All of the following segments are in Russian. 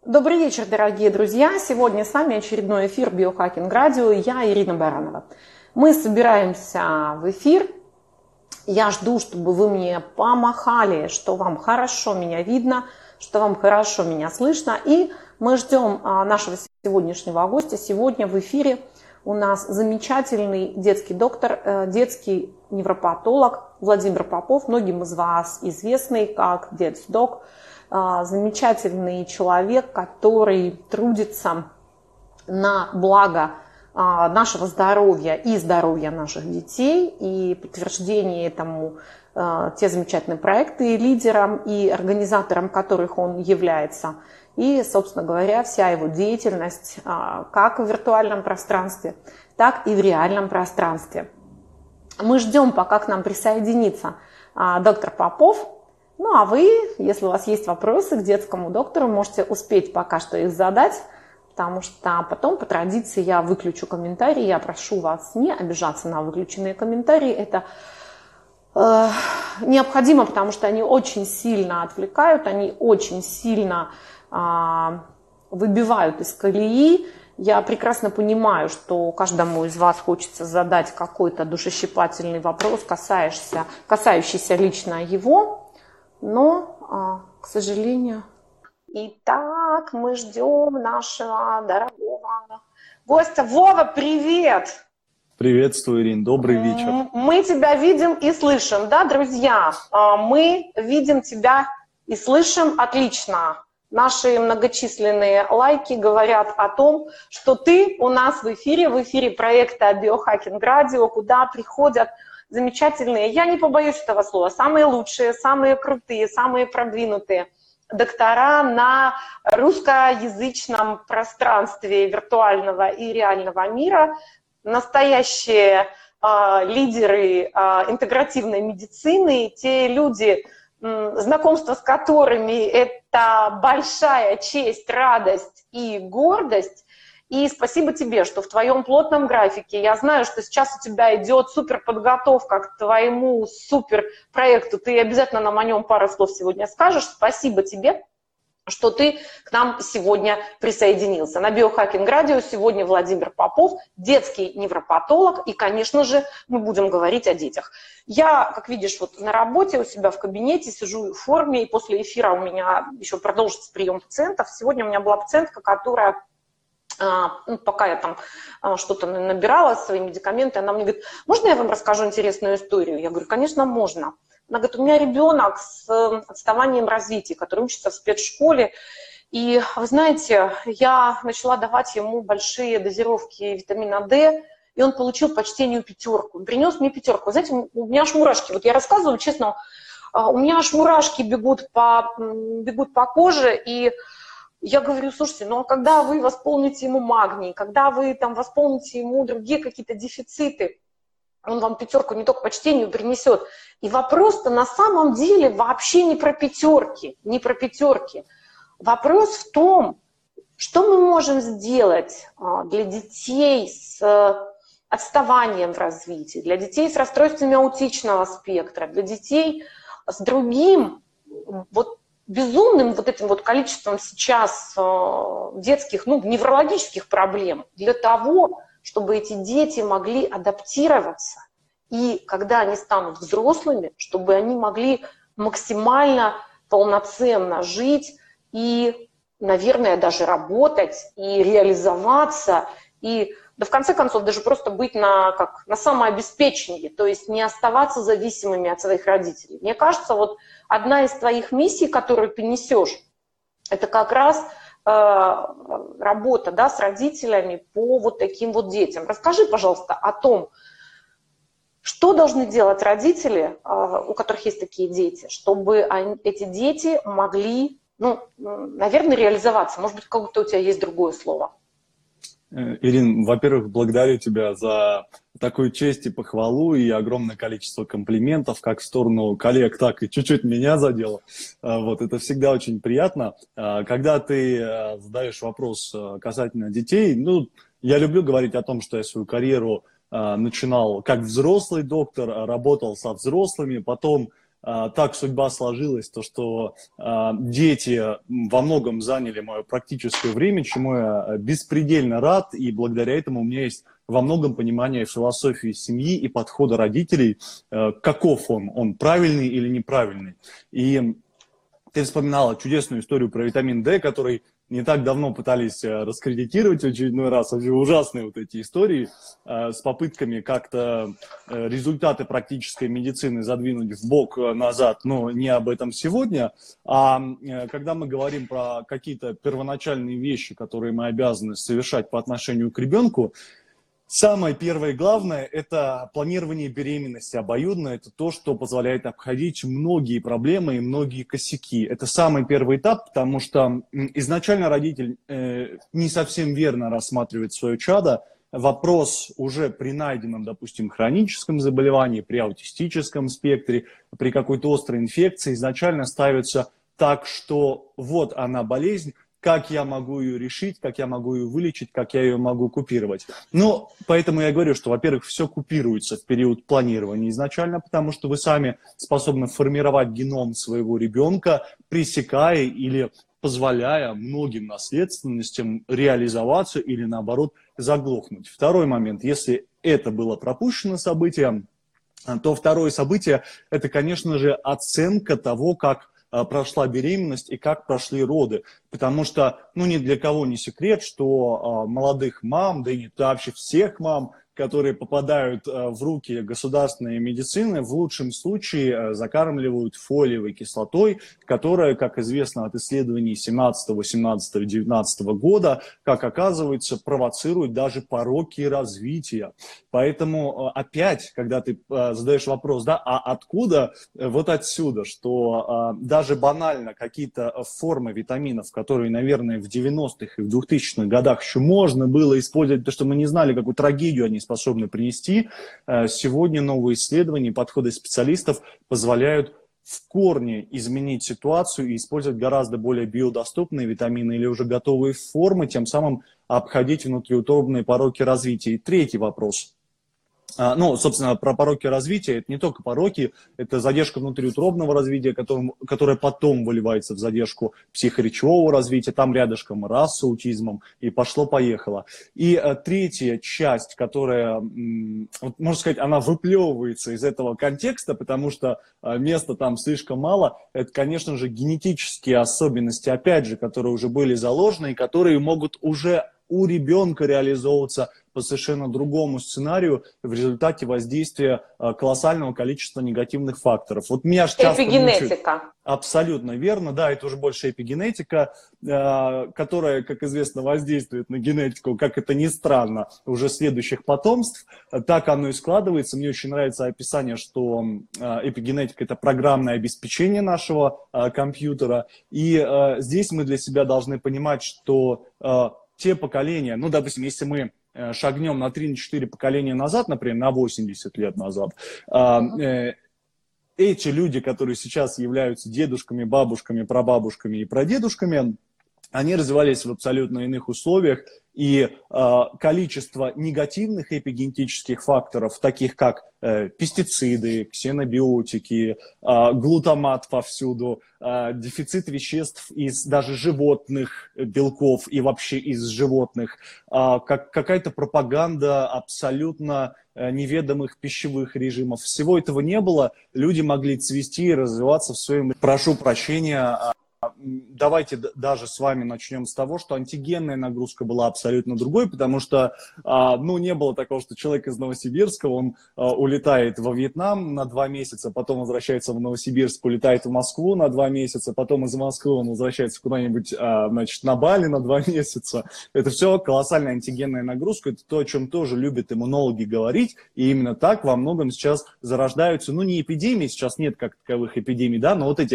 Добрый вечер, дорогие друзья! Сегодня с вами очередной эфир Биохакинг Радио. Я Ирина Баранова. Мы собираемся в эфир. Я жду, чтобы вы мне помахали, что вам хорошо меня видно, что вам хорошо меня слышно. И мы ждем нашего сегодняшнего гостя. Сегодня в эфире у нас замечательный детский доктор, детский невропатолог Владимир Попов. Многим из вас известный как Дед-Док. Замечательный человек, который трудится на благо нашего здоровья и здоровья наших детей. И подтверждение этому те замечательные проекты, лидером и организатором которых он является. И, собственно говоря, вся его деятельность как в виртуальном пространстве, так и в реальном пространстве. Мы ждем, пока к нам присоединится доктор Попов. Ну а вы, если у вас есть вопросы к детскому доктору, можете успеть пока что их задать, потому что потом по традиции я выключу комментарии. Я прошу вас не обижаться на выключенные комментарии. Это необходимо, потому что они очень сильно отвлекают, они очень сильно выбивают из колеи. Я прекрасно понимаю, что каждому из вас хочется задать какой-то душещипательный вопрос, касающийся лично его. Но, к сожалению... Итак, мы ждем нашего дорогого гостя. Вова, привет! Приветствую, Ирин, добрый вечер. Мы тебя видим и слышим, да, друзья? Мы видим тебя и слышим отлично. Наши многочисленные лайки говорят о том, что ты у нас в эфире проекта Биохакинг Радио, куда приходят замечательные, я не побоюсь этого слова, самые лучшие, самые крутые, самые продвинутые доктора на русскоязычном пространстве виртуального и реального мира, настоящие лидеры интегративной медицины, те люди, знакомство с которыми это большая честь, радость и гордость. И спасибо тебе, что в твоем плотном графике, я знаю, что сейчас у тебя идет суперподготовка к твоему суперпроекту, ты обязательно нам о нем пару слов сегодня скажешь. Спасибо тебе, что ты к нам сегодня присоединился. На Биохакинг Радио сегодня Владимир Попов, детский невропатолог, и, конечно же, мы будем говорить о детях. Я, как видишь, вот на работе у себя в кабинете сижу в форме, и после эфира у меня еще продолжится прием пациентов. Сегодня у меня была пациентка, которая... пока я там что-то набирала, свои медикаменты, она мне говорит, можно я вам расскажу интересную историю? Я говорю, конечно, можно. Она говорит, у меня ребенок с отставанием развития, который учится в спецшколе, и вы знаете, я начала давать ему большие дозировки витамина D, и он получил по чтению 5. Он принес мне 5. Вы знаете, у меня аж мурашки, вот я рассказываю честно, у меня аж мурашки бегут по коже, и я говорю, слушайте, ну а когда вы восполните ему магний, когда вы там восполните ему другие какие-то дефициты, он вам 5 не только по чтению принесет. И вопрос-то на самом деле вообще не про 5, не про 5. Вопрос в том, что мы можем сделать для детей с отставанием в развитии, для детей с расстройствами аутичного спектра, для детей с другим вот безумным вот этим вот количеством сейчас детских, неврологических проблем, для того, чтобы эти дети могли адаптироваться. И когда они станут взрослыми, чтобы они могли максимально полноценно жить и, наверное, даже работать, и реализоваться, и, да, в конце концов, даже просто быть на самообеспечении, то есть не оставаться зависимыми от своих родителей. Мне кажется, вот одна из твоих миссий, которую ты несешь, это как раз работа, да, с родителями по вот таким вот детям. Расскажи, пожалуйста, о том, что должны делать родители, у которых есть такие дети, чтобы эти дети могли, наверное, реализоваться. Может быть, какое-то у тебя есть другое слово. Ирин, во-первых, благодарю тебя за такую честь и похвалу, и огромное количество комплиментов, как в сторону коллег, так и чуть-чуть меня задело. Вот, это всегда очень приятно. Когда ты задаешь вопрос касательно детей, я люблю говорить о том, что я свою карьеру начинал как взрослый доктор, работал со взрослыми, потом так судьба сложилась, то, что дети во многом заняли мое практическое время, чему я беспредельно рад, и благодаря этому у меня есть во многом понимание философии семьи и подхода родителей, каков он правильный или неправильный. И ты вспоминала чудесную историю про витамин D, который не так давно пытались раскредитировать в очередной раз. Вообще ужасные вот эти истории с попытками как-то результаты практической медицины задвинуть в бок назад, но не об этом сегодня. А когда мы говорим про какие-то первоначальные вещи, которые мы обязаны совершать по отношению к ребенку, самое первое и главное – это планирование беременности обоюдно. Это то, что позволяет обходить многие проблемы и многие косяки. Это самый первый этап, потому что изначально родитель не совсем верно рассматривает свое чадо. Вопрос уже при найденном, допустим, хроническом заболевании, при аутистическом спектре, при какой-то острой инфекции изначально ставится так, что вот она болезнь, как я могу ее решить, как я могу ее вылечить, как я ее могу купировать. Ну, поэтому я говорю, что, во-первых, все купируется в период планирования изначально, потому что вы сами способны формировать геном своего ребенка, пресекая или позволяя многим наследственностям реализоваться или, наоборот, заглохнуть. Второй момент, если это было пропущено событие, то второе событие – это, конечно же, оценка того, как прошла беременность и как прошли роды. Потому что, ну, ни для кого не секрет, что молодых мам, да и не вообще всех мам, которые попадают в руки государственной медицины, в лучшем случае закармливают фолиевой кислотой, которая, как известно от исследований 17, 18, 19 года, как оказывается, провоцирует даже пороки развития. Поэтому опять, когда ты задаешь вопрос, да, а откуда? Вот отсюда, что даже банально какие-то формы витаминов, которые, наверное, в 90-х и в 2000-х годах еще можно было использовать, потому что мы не знали, какую трагедию они способны принести. Сегодня новые исследования, подходы специалистов позволяют в корне изменить ситуацию и использовать гораздо более биодоступные витамины или уже готовые формы, тем самым обходить внутриутробные пороки развития. И третий вопрос. Ну, собственно, про пороки развития, это не только пороки, это задержка внутриутробного развития, которая потом выливается в задержку психоречевого развития, там рядышком раз с аутизмом, и пошло-поехало. И третья часть, которая, вот, можно сказать, она выплевывается из этого контекста, потому что места там слишком мало, это, конечно же, генетические особенности, опять же, которые уже были заложены и которые могут уже у ребенка реализовываться по совершенно другому сценарию в результате воздействия колоссального количества негативных факторов. Вот меня же часто эпигенетика. Мучают. Абсолютно верно, да, это уже больше эпигенетика, которая, как известно, воздействует на генетику, как это ни странно, уже следующих потомств. Так оно и складывается. Мне очень нравится описание, что эпигенетика – это программное обеспечение нашего компьютера. И здесь мы для себя должны понимать, что те поколения, ну, допустим, если мы шагнем на 3-4 поколения назад, например, на 80 лет назад, эти люди, которые сейчас являются дедушками, бабушками, прабабушками и прадедушками, они развивались в абсолютно иных условиях, и количество негативных эпигенетических факторов, таких как пестициды, ксенобиотики, глутамат повсюду, дефицит веществ из даже животных белков и вообще из животных, какая-то пропаганда абсолютно неведомых пищевых режимов. Всего этого не было, люди могли цвести и развиваться в своем... Прошу прощения... Давайте даже с вами начнем с того, что антигенная нагрузка была абсолютно другой, потому что, ну, не было такого, что человек из Новосибирска, он улетает во Вьетнам на 2 месяца, потом возвращается в Новосибирск, улетает в Москву на 2 месяца, потом из Москвы он возвращается куда-нибудь, значит, на Бали на 2 месяца. Это все колоссальная антигенная нагрузка, это то, о чем тоже любят иммунологи говорить, и именно так во многом сейчас зарождаются, ну, не эпидемии, сейчас нет как таковых эпидемий, да, но вот эти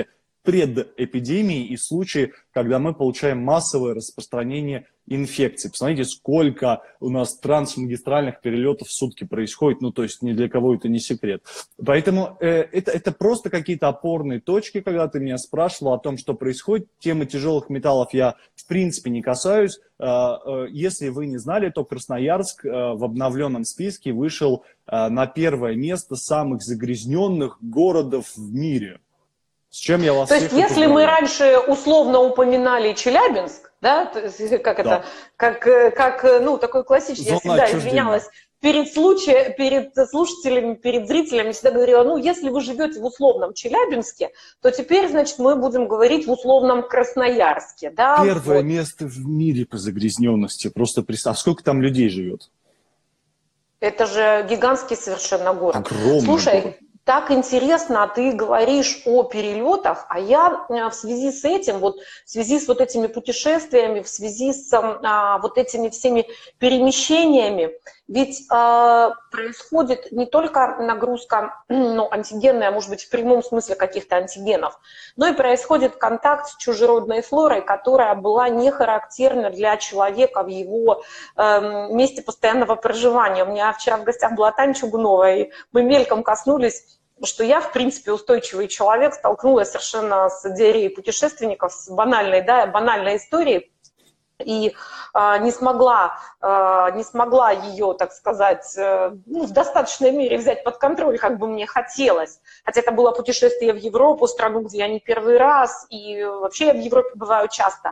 предэпидемии и случаи, когда мы получаем массовое распространение инфекций. Посмотрите, сколько у нас трансмагистральных перелетов в сутки происходит, ну, то есть ни для кого это не секрет. Поэтому это просто какие-то опорные точки, когда ты меня спрашивал о том, что происходит. Темы тяжелых металлов я, в принципе, не касаюсь. Если вы не знали, то Красноярск в обновленном списке вышел на первое место самых загрязненных городов в мире. С чем я вас То есть, если мы раньше условно упоминали Челябинск, да, как это, как ну, такой классический, я всегда извинялась перед слушателями, перед зрителями, всегда говорила, ну, если вы живете в условном Челябинске, то теперь, значит, мы будем говорить в условном Красноярске, да. Первое место в мире по загрязненности, просто представь, сколько там людей живет? Это же гигантский совершенно город. Огромный. Слушай, город. Так интересно, ты говоришь о перелетах, а я в связи с этим, вот в связи с вот этими путешествиями, в связи с вот этими всеми перемещениями, ведь происходит не только нагрузка антигенная, может быть, в прямом смысле каких-то антигенов, но и происходит контакт с чужеродной флорой, которая была не характерна для человека в его месте постоянного проживания. У меня вчера в гостях была Таня Чугунова, и мы мельком коснулись, что я, в принципе, устойчивый человек, столкнулась совершенно с диареей путешественников, с банальной историей, и не смогла ее, так сказать, в достаточной мере взять под контроль, как бы мне хотелось. Хотя это было путешествие в Европу, страну, где я не первый раз, и вообще я в Европе бываю часто.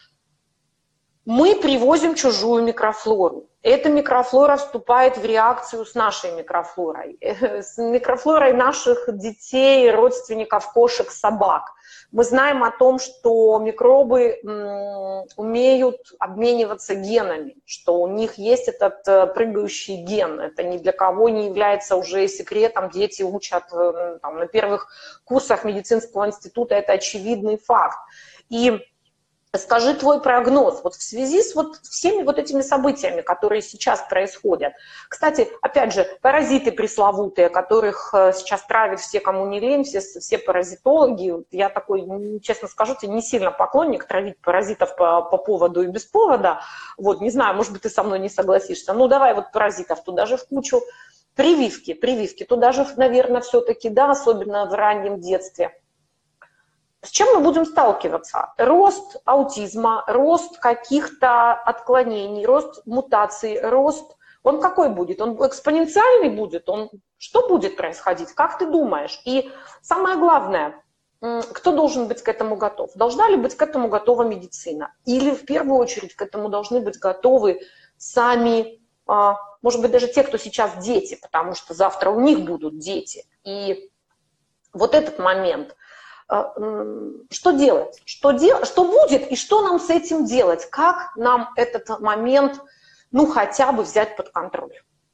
Мы привозим чужую микрофлору. Эта микрофлора вступает в реакцию с нашей микрофлорой, с микрофлорой наших детей, родственников, кошек, собак. Мы знаем о том, что микробы умеют обмениваться генами, что у них есть этот прыгающий ген. Это ни для кого не является уже секретом. Дети учат на первых курсах медицинского института, это очевидный факт. И скажи твой прогноз вот в связи с вот всеми вот этими событиями, которые сейчас происходят. Кстати, опять же, паразиты пресловутые, которых сейчас травят все, кому не лень, все паразитологи. Я такой, честно скажу тебе, не сильно поклонник травить паразитов по поводу и без повода. Вот, не знаю, может быть, ты со мной не согласишься. Ну, давай вот паразитов туда же в кучу. Прививки туда же, наверное, все-таки, да, особенно в раннем детстве. С чем мы будем сталкиваться? Рост аутизма, рост каких-то отклонений, рост мутаций, рост... Он какой будет? Он экспоненциальный будет? Что будет происходить? Как ты думаешь? И самое главное, кто должен быть к этому готов? Должна ли быть к этому готова медицина? Или в первую очередь к этому должны быть готовы сами, может быть, даже те, кто сейчас дети, потому что завтра у них будут дети. И вот этот момент... Что делать? Что будет и что нам с этим делать? Как нам этот момент, хотя бы взять под контроль?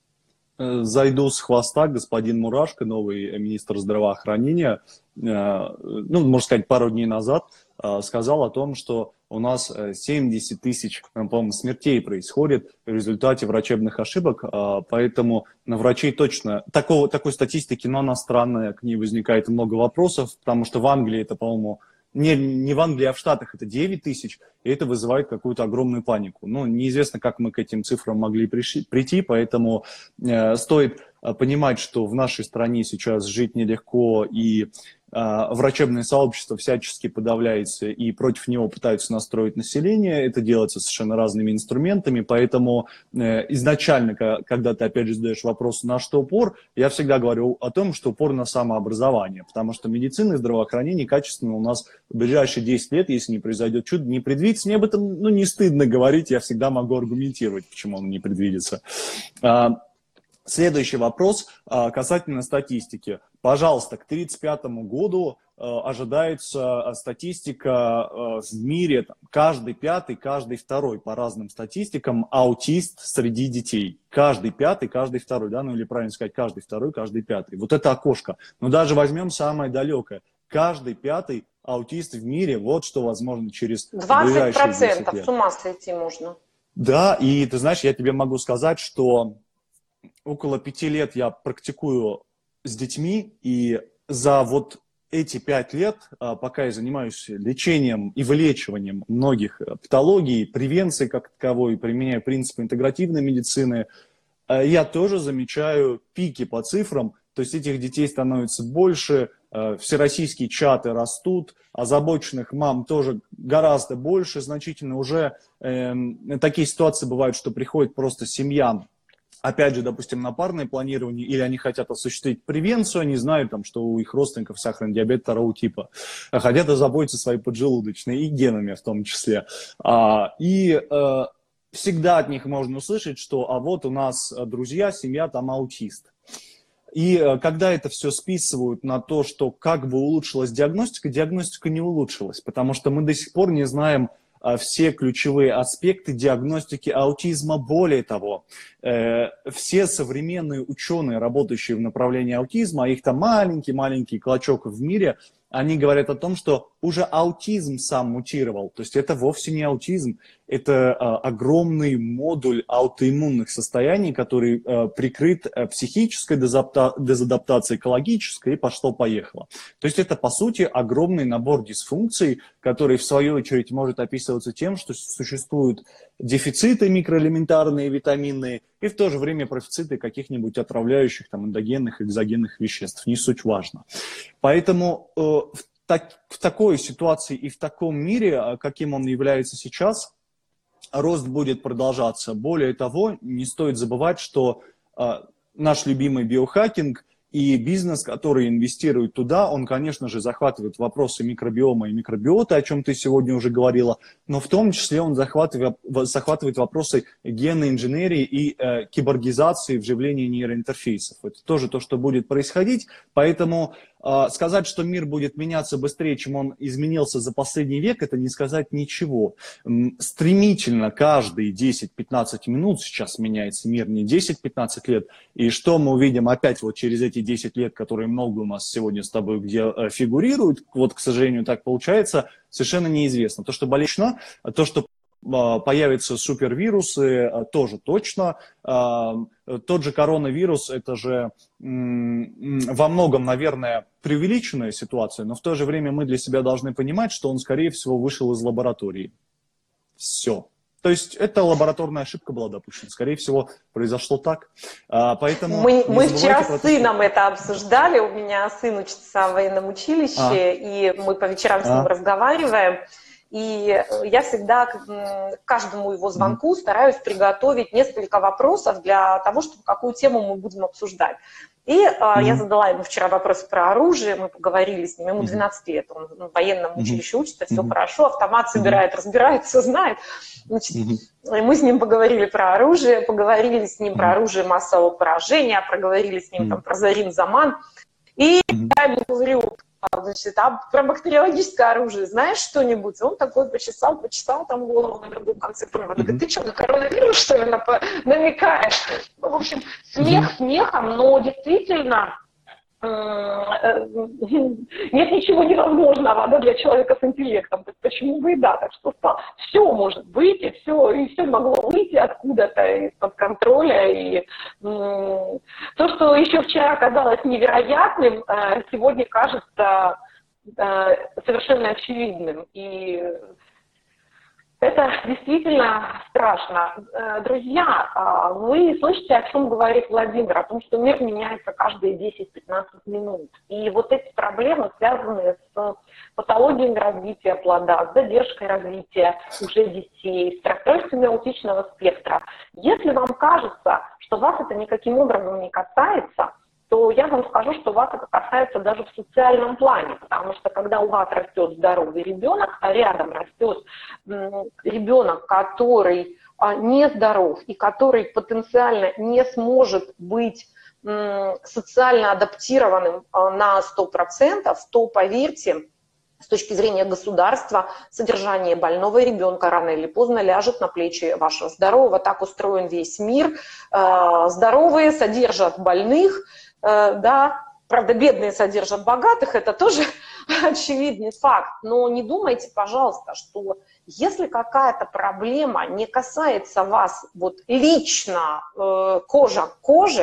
Зайду с хвоста. Господин Мурашко, новый министр здравоохранения, можно сказать, пару дней назад сказал о том, что у нас 70 тысяч, по-моему, смертей происходит в результате врачебных ошибок, поэтому на врачей точно такой статистики, но она странная, к ней возникает много вопросов, потому что в Англии это, по-моему, не в Англии, а в Штатах это 9 тысяч, и это вызывает какую-то огромную панику. Неизвестно, как мы к этим цифрам могли прийти, поэтому стоит понимать, что в нашей стране сейчас жить нелегко, и врачебное сообщество всячески подавляется, и против него пытаются настроить население. Это делается совершенно разными инструментами, поэтому изначально, когда ты опять же задаешь вопрос, на что упор, я всегда говорю о том, что упор на самообразование, потому что медицина и здравоохранение качественно у нас в ближайшие 10 лет, если не произойдет чудо, не предвидится. Мне об этом не стыдно говорить, я всегда могу аргументировать, почему он не предвидится. Следующий вопрос касательно статистики. Пожалуйста, к 1935 году ожидается статистика в мире, каждый пятый, каждый второй, по разным статистикам, аутист среди детей. Каждый пятый, каждый второй, да, или правильно сказать, каждый второй, каждый пятый. Вот это окошко. Но даже возьмем самое далекое. Каждый пятый аутист в мире, вот что возможно через 20%, 10 лет. С ума сойти можно. Да, и ты знаешь, я тебе могу сказать, что около 5 лет я практикую с детьми, и за вот эти 5 лет, пока я занимаюсь лечением и вылечиванием многих патологий, превенцией как таковой, применяю принципы интегративной медицины, я тоже замечаю пики по цифрам, то есть этих детей становится больше, всероссийские чаты растут, озабоченных мам тоже гораздо больше, значительно уже такие ситуации бывают, что приходит просто семья, опять же, допустим, на парное планирование, или они хотят осуществить превенцию, они знают, там, что у их родственников сахарный диабет второго типа, хотят озаботиться своей поджелудочной и генами в том числе. Всегда от них можно услышать, что а вот у нас друзья, семья, там аутист. И когда это все списывают на то, что как бы улучшилась диагностика, диагностика не улучшилась, потому что мы до сих пор не знаем все ключевые аспекты диагностики аутизма. Более того, все современные ученые, работающие в направлении аутизма, а их там маленький клочок в мире, они говорят о том, что уже аутизм сам мутировал. То есть это вовсе не аутизм, это огромный модуль аутоиммунных состояний, который прикрыт психической дезадаптацией, экологической, и пошло-поехало. То есть это, по сути, огромный набор дисфункций, который, в свою очередь, может описываться тем, что существуют дефициты микроэлементарные, витаминные, и в то же время профициты каких-нибудь отравляющих, там, эндогенных, экзогенных веществ. Не суть важно. Поэтому в такой ситуации и в таком мире, каким он является сейчас, рост будет продолжаться. Более того, не стоит забывать, что наш любимый биохакинг и бизнес, который инвестирует туда, он, конечно же, захватывает вопросы микробиома и микробиоты, о чем ты сегодня уже говорила, но в том числе он захватывает вопросы генной инженерии и киборгизации вживления нейроинтерфейсов. Это тоже то, что будет происходить, поэтому сказать, что мир будет меняться быстрее, чем он изменился за последний век, это не сказать ничего. Стремительно каждые 10-15 минут сейчас меняется мир, не 10-15 лет. И что мы увидим опять вот через эти 10 лет, которые много у нас сегодня с тобой где фигурируют, вот, к сожалению, так получается, совершенно неизвестно. То, что болезненно, то, что появятся супервирусы, тоже точно. Тот же коронавирус, это же во многом, наверное, преувеличенная ситуация, но в то же время мы для себя должны понимать, что он, скорее всего, вышел из лаборатории. Все. То есть это лабораторная ошибка была допущена. Скорее всего, произошло так. Поэтому мы вчера с сыном это обсуждали. У меня сын учится в военном училище, и мы по вечерам с ним разговариваем. И я всегда к каждому его звонку стараюсь приготовить несколько вопросов для того, чтобы какую тему мы будем обсуждать. И я задала ему вчера вопрос про оружие, мы поговорили с ним, ему 12 лет, он в военном училище учится, все хорошо, автомат собирает, разбирает, все знает. Значит, и мы с ним поговорили про оружие, поговорили с ним про оружие массового поражения, проговорили с ним там, про Зарин-Заман. И я ему говорю, значит, а про бактериологическое оружие знаешь что-нибудь? Он такой почесал там голову на другом конце провода. Говорит, ты что, на коронавирус, что ли, намекаешь? Ну, в общем, смех смехом, но действительно нет ничего невозможного, да, для человека с интеллектом. То есть почему бы и да, так что все может быть, и все могло выйти откуда-то из-под контроля. И то, что еще вчера казалось невероятным, сегодня кажется совершенно очевидным. И это действительно страшно. Друзья, вы слышите, о чем говорит Владимир, о том, что мир меняется каждые 10-15 минут. И вот эти проблемы, связанные с патологиями развития плода, с задержкой развития уже детей, с расстройствами аутичного спектра. Если вам кажется, что вас это никаким образом не касается, то я вам скажу, что вас это касается даже в социальном плане, потому что когда у вас растет здоровый ребенок, а рядом растет ребенок, который нездоров и который потенциально не сможет быть социально адаптированным на 100%, то, поверьте, с точки зрения государства, содержание больного ребенка рано или поздно ляжет на плечи вашего здорового. Так устроен весь мир. Здоровые содержат больных, да, правда, бедные содержат богатых, это тоже очевидный факт. Но не думайте, пожалуйста, что если какая-то проблема не касается вас вот лично кожа к коже,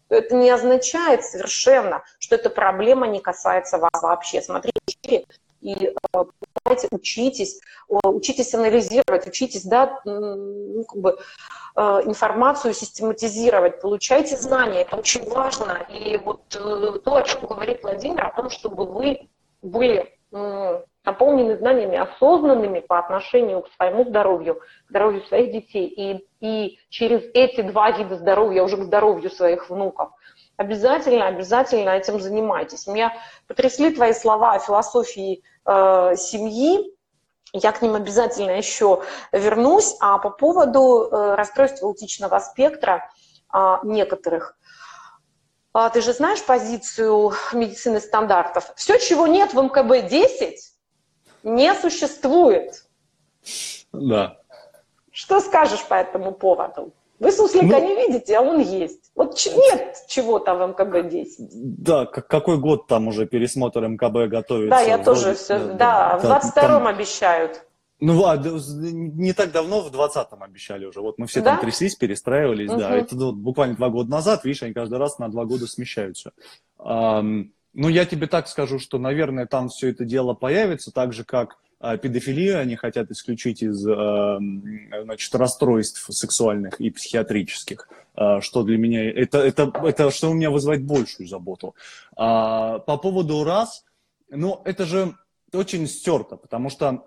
то это не означает совершенно, что эта проблема не касается вас вообще. Смотрите и учитесь, учитесь анализировать, учитесь, да, ну, как бы, информацию систематизировать, получайте знания, это очень важно. И вот то, о чем говорит Владимир, о том, чтобы вы были наполнены знаниями осознанными по отношению к своему здоровью, к здоровью своих детей, и через эти два вида здоровья уже к здоровью своих внуков. Обязательно, обязательно этим занимайтесь. Меня потрясли твои слова о философии семьи. Я к ним обязательно еще вернусь. А по поводу расстройства аутичного спектра некоторых. Ты же знаешь позицию медицины стандартов? Все, чего нет в МКБ-10, не существует. Да. Что скажешь по этому поводу? Вы суслика не видите, а он есть. Вот нет чего-то в МКБ-10. Да, какой год там уже пересмотр МКБ готовится? Да, я тоже все, да, в 22-м обещают. Ну, не так давно, в 20-м обещали уже. Вот мы все Да? там тряслись, перестраивались, да. Это вот буквально 2 года назад, видишь, они каждый раз на 2 года смещаются. Ну, я тебе так скажу, что, наверное, там все это дело появится, так же, как педофилию они хотят исключить из, значит, расстройств сексуальных и психиатрических, что для меня, это что у меня вызывает большую заботу. По поводу рас, ну, это же очень стерто, потому что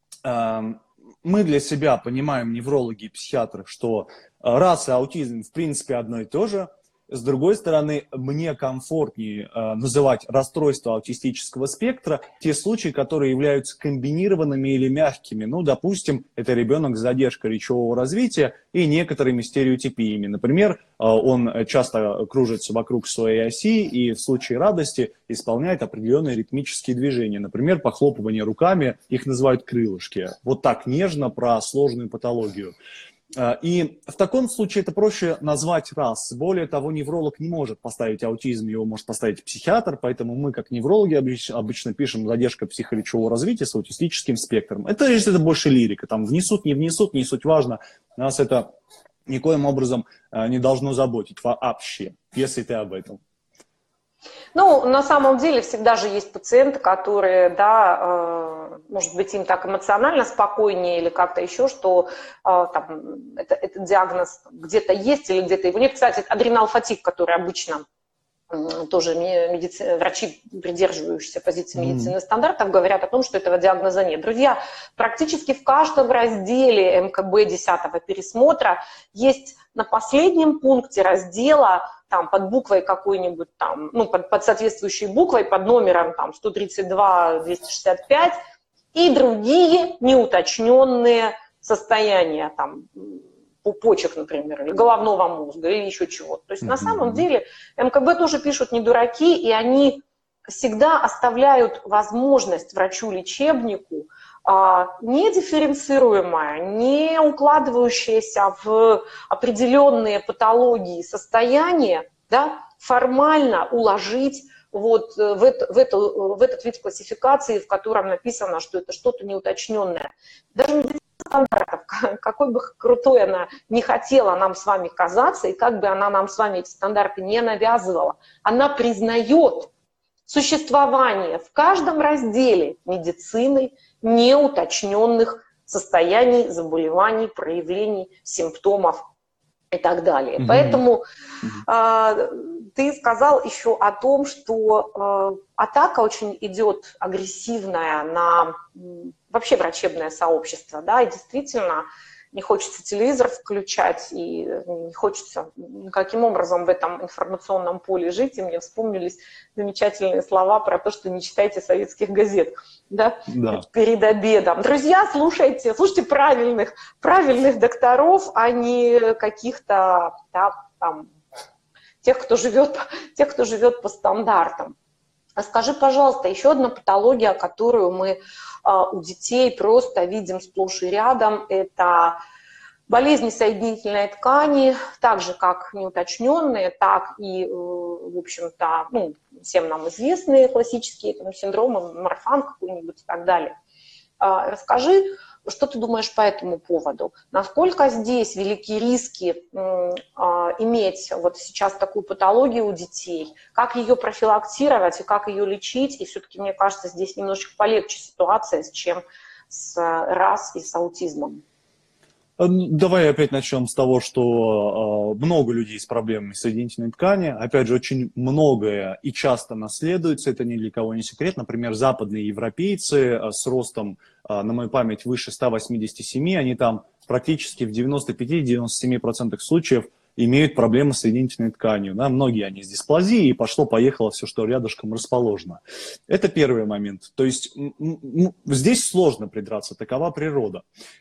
мы для себя понимаем, неврологи и психиатры, что раса и аутизм в принципе одно и то же. С другой стороны, мне комфортнее называть расстройство аутистического спектра те случаи, которые являются комбинированными или мягкими. Ну, допустим, это ребенок с задержкой речевого развития и некоторыми стереотипиями. Например, он часто кружится вокруг своей оси и в случае радости исполняет определенные ритмические движения. Например, похлопывание руками, их называют крылышки. Вот так нежно про сложную патологию. И в таком случае это проще назвать раз. Более того, невролог не может поставить аутизм, его может поставить психиатр, поэтому мы, как неврологи, обычно пишем задержка психоречевого развития с аутистическим спектром. Это, если это больше лирика, там внесут, не суть важно. Нас это никоим образом не должно заботить вообще, если ты об этом. Ну, на самом деле всегда же есть пациенты, которые, да, может быть, им так эмоционально спокойнее или как-то еще, что там, этот диагноз где-то есть или где-то его нет. Кстати, адреналфатик, который обычно тоже врачи, придерживающиеся позиции медицины стандартов, говорят о том, что этого диагноза нет. Друзья, практически в каждом разделе МКБ 10-го пересмотра есть на последнем пункте раздела, там, под буквой какой-нибудь, там, ну, под соответствующей буквой, под номером там, 132-265 и другие неуточненные состояния, там, почек, например, или головного мозга, или еще чего-то. То есть на самом деле МКБ тоже пишут не дураки, и они всегда оставляют возможность врачу-лечебнику не дифференцируемая, не укладывающаяся в определенные патологии состояния, да, формально уложить вот в этот вид классификации, в котором написано, что это что-то неуточненное. Даже медицина стандартов, какой бы крутой она не хотела нам с вами казаться, и как бы она нам с вами эти стандарты не навязывала, она признает существование в каждом разделе медицины неуточненных состояний, заболеваний, проявлений, симптомов и так далее. Поэтому ты сказал еще о том, что атака очень идет агрессивная на вообще врачебное сообщество, да, и действительно не хочется телевизор включать, и не хочется никаким образом в этом информационном поле жить, и мне вспомнились замечательные слова про то, что не читайте советских газет, да, перед обедом. Друзья, слушайте правильных докторов, а не каких-то, да, там, тех, кто живет по стандартам. А скажи, пожалуйста, еще одна патология, которую мы у детей просто видим сплошь и рядом, это болезни соединительной ткани, так же как неуточненные, так и, в общем-то, ну, всем нам известные классические там, синдромы, Марфан какой-нибудь и так далее. Расскажи, Что ты думаешь по этому поводу? Насколько здесь велики риски иметь вот сейчас такую патологию у детей? Как ее профилактировать и как ее лечить? И все-таки, мне кажется, здесь немножечко полегче ситуация, чем с РАС и с аутизмом. Давай опять начнем с того, что много людей с проблемами соединительной ткани. Опять же, очень многое и часто наследуется, это ни для кого не секрет. Например, западные европейцы с ростом, на мою память, выше 187, они там практически в 95-97% случаев имеют проблемы с соединительной тканью. Да? Многие они с дисплазией, и пошло-поехало все, что рядышком расположено. Это первый момент. То есть здесь сложно придраться, такова природа.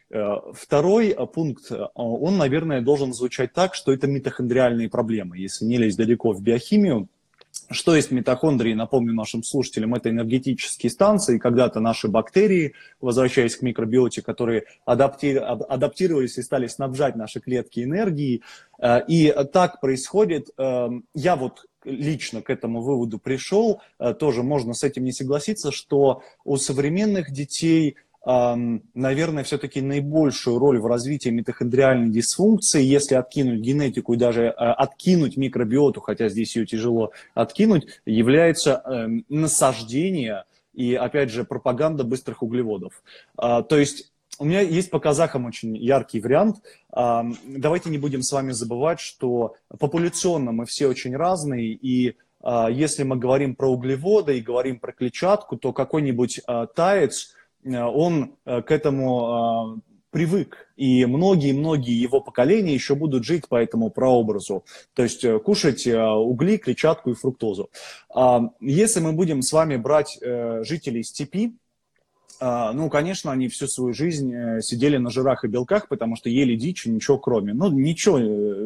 Второй пункт, он, наверное, должен звучать так, что это митохондриальные проблемы. Если не лезть далеко в биохимию, что есть митохондрии, напомню нашим слушателям, это энергетические станции, когда-то наши бактерии, возвращаясь к микробиоте, которые адаптировались и стали снабжать наши клетки энергией. И так происходит, я вот лично к этому выводу пришел, тоже можно с этим не согласиться, что у современных детей, наверное, все-таки наибольшую роль в развитии митохондриальной дисфункции, если откинуть генетику и даже откинуть микробиоту, хотя здесь ее тяжело откинуть, является насаждение и, опять же, пропаганда быстрых углеводов. То есть у меня есть по казахам очень яркий вариант. Давайте не будем с вами забывать, что популяционно мы все очень разные, и если мы говорим про углеводы и говорим про клетчатку, то какой-нибудь таец, он к этому привык, и многие-многие его поколения еще будут жить по этому прообразу, то есть кушать угли, клетчатку и фруктозу. Если мы будем с вами брать жителей степи, ну, конечно, они всю свою жизнь сидели на жирах и белках, потому что ели дичь и ничего кроме. Ну, ничего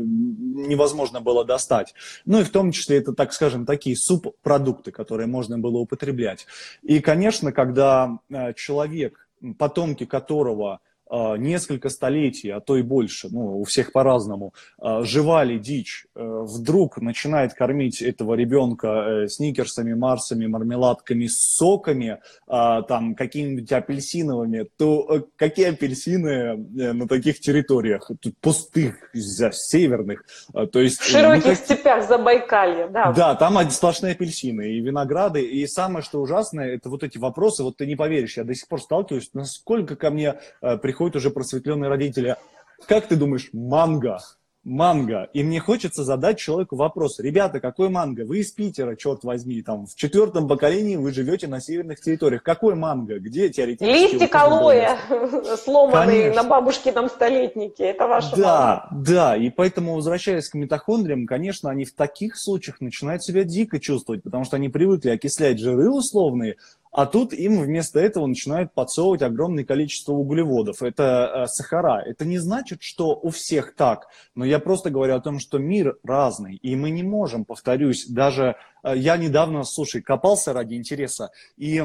невозможно было достать. Ну, и в том числе это, так скажем, такие субпродукты, которые можно было употреблять. И, конечно, когда человек, потомки которого несколько столетий, а то и больше, ну, у всех по-разному, жевали дичь, вдруг начинает кормить этого ребенка сникерсами, марсами, мармеладками, соками, там, какими-нибудь апельсиновыми, то какие апельсины на таких территориях? Тут пустых, северных. То есть, в широких степях Забайкалья, да. Да, там сплошные апельсины и винограды. И самое, что ужасное, это вот эти вопросы, вот ты не поверишь, я до сих пор сталкиваюсь, насколько ко мне приходят уже просветленные родители. Как ты думаешь, манго? Манго. И мне хочется задать человеку вопрос. Ребята, какой манго? Вы из Питера, черт возьми, там, в 4-м поколении вы живете на северных территориях. Какой манго? Где теоретически? Листик алоэ, сломанные Конечно. на бабушкином столетнике. Это ваше манго. Да, да. И поэтому, возвращаясь к митохондриям, конечно, они в таких случаях начинают себя дико чувствовать, потому что они привыкли окислять жиры условные, а тут им вместо этого начинают подсовывать огромное количество углеводов. Это сахара. Это не значит, что у всех так, но я просто говорю о том, что мир разный, и мы не можем, повторюсь, даже я недавно, слушай, копался ради интереса, и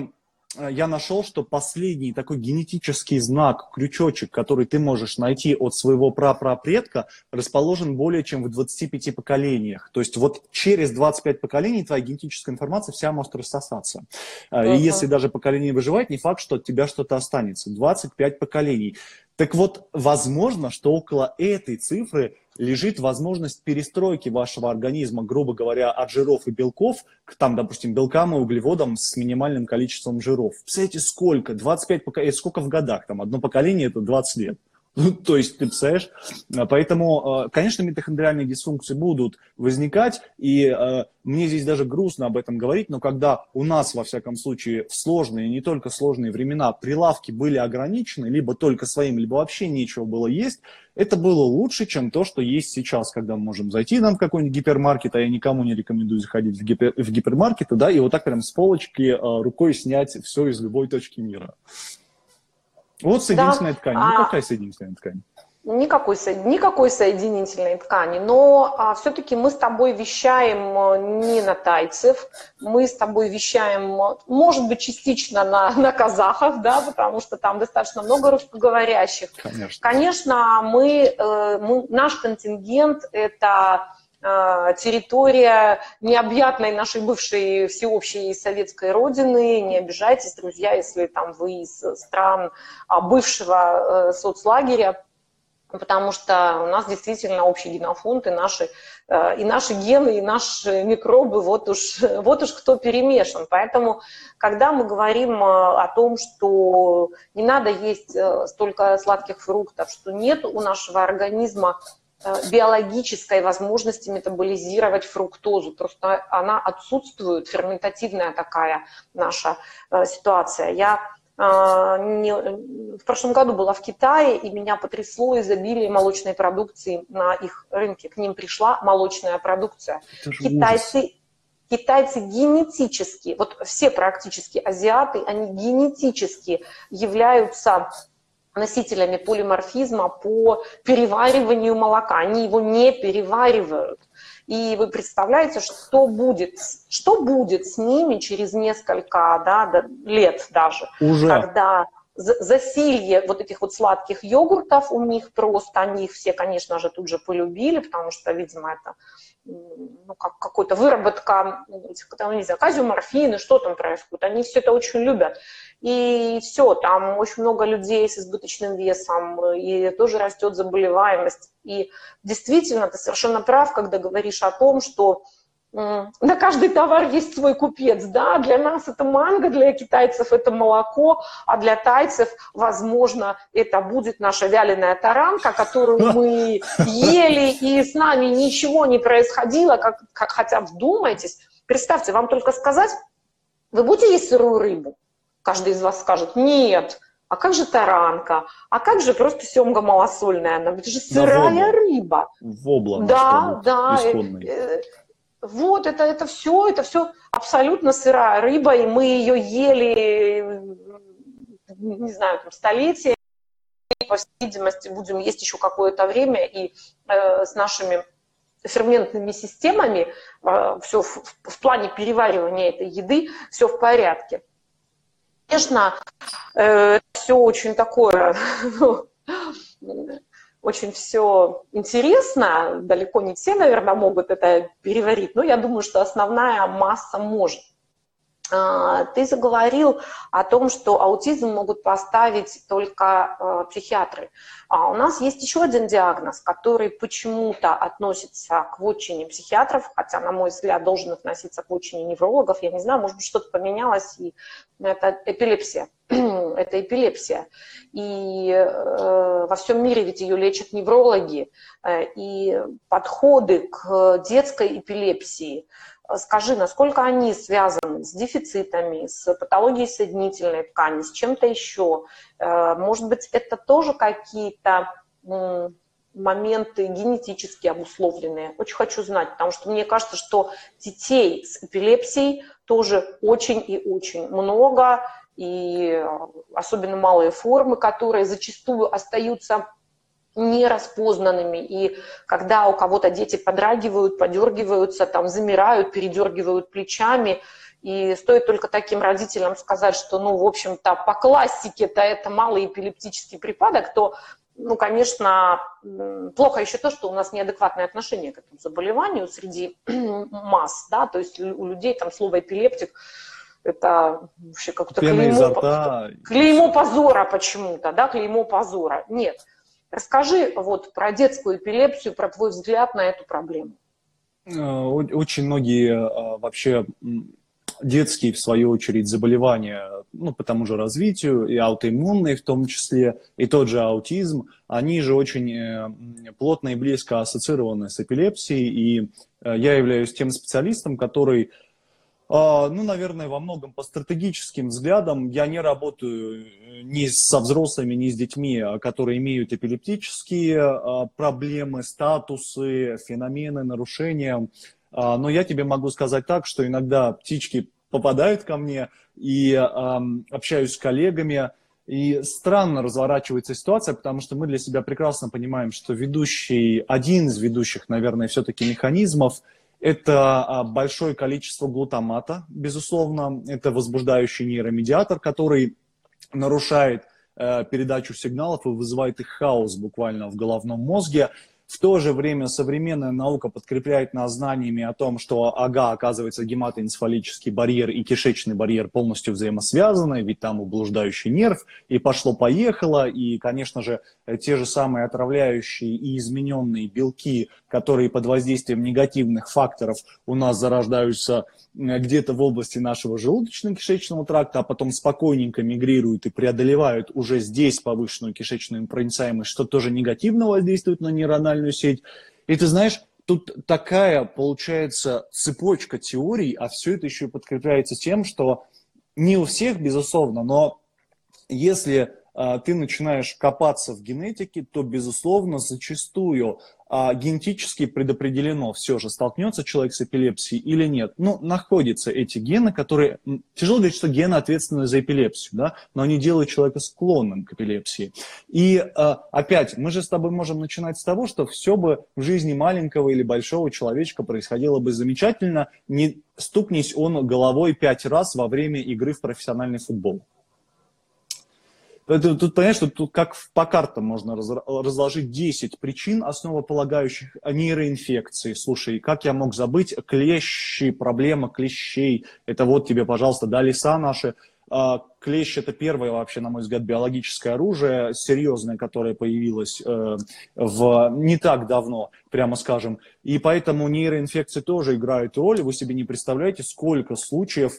я нашел, что последний такой генетический знак, крючочек, который ты можешь найти от своего прапрапредка, расположен более чем в 25 поколениях. То есть вот через 25 поколений твоя генетическая информация вся может рассосаться. И если даже поколение выживает, не факт, что от тебя что-то останется. 25 поколений. Так вот, возможно, что около этой цифры лежит возможность перестройки вашего организма, грубо говоря, от жиров и белков к, там, допустим, белкам и углеводам с минимальным количеством жиров. Представляете, сколько? 25 поколений, сколько в годах? Там одно поколение – это 20 лет. Ну, то есть, ты представляешь? Поэтому, конечно, митохондриальные дисфункции будут возникать, и мне здесь даже грустно об этом говорить, но когда у нас, во всяком случае, в сложные, не только сложные времена, прилавки были ограничены, либо только своим, либо вообще нечего было есть, это было лучше, чем то, что есть сейчас, когда мы можем зайти там в какой-нибудь гипермаркет, а я никому не рекомендую заходить в гипермаркеты, да, и вот так прям с полочки рукой снять все из любой точки мира. Вот соединительная ткань. Ну, какая соединительная ткань? Никакой соединительной ткани, но все-таки мы с тобой вещаем не на тайцев, мы с тобой вещаем, может быть, частично на казахов, да, потому что там достаточно много русскоговорящих. Конечно, Конечно, наш контингент – это территория необъятной нашей бывшей всеобщей советской родины. Не обижайтесь, друзья, если там вы из стран бывшего соцлагеря, потому что у нас действительно общий генофонд, и наши гены, и наши микробы, вот уж кто перемешан. Поэтому, когда мы говорим о том, что не надо есть столько сладких фруктов, что нет у нашего организма биологической возможности метаболизировать фруктозу, просто она отсутствует, ферментативная такая наша ситуация. Я в прошлом году была в Китае, и меня потрясло изобилие молочной продукции на их рынке. К ним пришла молочная продукция. Китайцы генетически, вот все практически азиаты, они генетически являются носителями полиморфизма по перевариванию молока. Они его не переваривают. И вы представляете, что будет с ними через несколько лет даже, когда засилье вот этих вот сладких йогуртов у них просто, они их все, конечно же, тут же полюбили, потому что, видимо, это какой-то выработка, не знаю, казиоморфины, что там происходит, они все это очень любят. И все, там очень много людей с избыточным весом, и тоже растет заболеваемость. И действительно, ты совершенно прав, когда говоришь о том, что на каждый товар есть свой купец, да, для нас это манго, для китайцев это молоко, а для тайцев, возможно, это будет наша вяленая таранка, которую мы ели, и с нами ничего не происходило, хотя вдумайтесь, представьте, вам только сказать, вы будете есть сырую рыбу? Каждый из вас скажет, нет, а как же таранка, а как же просто семга малосольная, она это же сырая рыба. Вобла. Да. Вот, это все абсолютно сырая рыба, и мы ее ели, не знаю, там, столетия, и, по всей видимости, будем есть еще какое-то время, и с нашими ферментными системами все в плане переваривания этой еды все в порядке. Конечно, все очень такое... Очень все интересно, далеко не все, наверное, могут это переварить, но я думаю, что основная масса может. Ты заговорил о том, что аутизм могут поставить только психиатры. У нас есть еще один диагноз, который почему-то относится к вотчине психиатров, хотя, на мой взгляд, должен относиться к вотчине неврологов. Я не знаю, может быть, что-то поменялось, и это эпилепсия. Это эпилепсия. И во всем мире ведь ее лечат неврологи. И подходы к детской эпилепсии, скажи, насколько они связаны с дефицитами, с патологией соединительной ткани, с чем-то еще? Может быть, это тоже какие-то моменты генетически обусловленные? Очень хочу знать, потому что мне кажется, что детей с эпилепсией тоже очень и очень много, и особенно малые формы, которые зачастую остаются нераспознанными, и когда у кого-то дети подрагивают, подергиваются, там, замирают, передергивают плечами, и стоит только таким родителям сказать, что, в общем-то, по классике-то это малый эпилептический припадок, то, конечно, плохо еще то, что у нас неадекватное отношение к этому заболеванию среди масс, да, то есть у людей там слово эпилептик это вообще как-то клеймо позора почему-то, да, клеймо позора. Нет. Расскажи вот про детскую эпилепсию, про твой взгляд на эту проблему. Очень многие вообще детские, в свою очередь, заболевания, по тому же развитию, и аутоиммунные в том числе, и тот же аутизм, они же очень плотно и близко ассоциированы с эпилепсией, и я являюсь тем специалистом, который... наверное, во многом по стратегическим взглядам. Я не работаю ни со взрослыми, ни с детьми, которые имеют эпилептические проблемы, статусы, феномены, нарушения. Но я тебе могу сказать так, что иногда птички попадают ко мне, и общаюсь с коллегами, и странно разворачивается ситуация, потому что мы для себя прекрасно понимаем, что один из ведущих, наверное, все-таки механизмов – это большое количество глутамата, безусловно, это возбуждающий нейромедиатор, который нарушает передачу сигналов и вызывает их хаос буквально в головном мозге. В то же время современная наука подкрепляет нас знаниями о том, что, оказывается, гематоэнцефалический барьер и кишечный барьер полностью взаимосвязаны, ведь там ублуждающий нерв, и пошло-поехало, и, конечно же, те же самые отравляющие и измененные белки, которые под воздействием негативных факторов у нас зарождаются где-то в области нашего желудочно-кишечного тракта, а потом спокойненько мигрируют и преодолевают уже здесь повышенную кишечную проницаемость, что тоже негативно воздействует на нейрональную сеть. И ты знаешь, тут такая получается цепочка теорий, а все это еще и подкрепляется тем, что не у всех, безусловно, но если ты начинаешь копаться в генетике, то, безусловно, зачастую генетически предопределено все же, столкнется человек с эпилепсией или нет. Ну, находятся эти гены, которые... Тяжело говорить, что гены ответственны за эпилепсию, да, но они делают человека склонным к эпилепсии. И опять, мы же с тобой можем начинать с того, что все бы в жизни маленького или большого человечка происходило бы замечательно, не стукнись он головой 5 раз во время игры в профессиональный футбол. Тут понятно, что тут как по картам можно разложить 10 причин, основополагающих нейроинфекции. Слушай, как я мог забыть клещи, проблема клещей. Это вот тебе, пожалуйста, да, леса наши. Клещ – это первое вообще, на мой взгляд, биологическое оружие, серьезное, которое появилось не так давно, прямо скажем. И поэтому нейроинфекции тоже играют роль. Вы себе не представляете, сколько случаев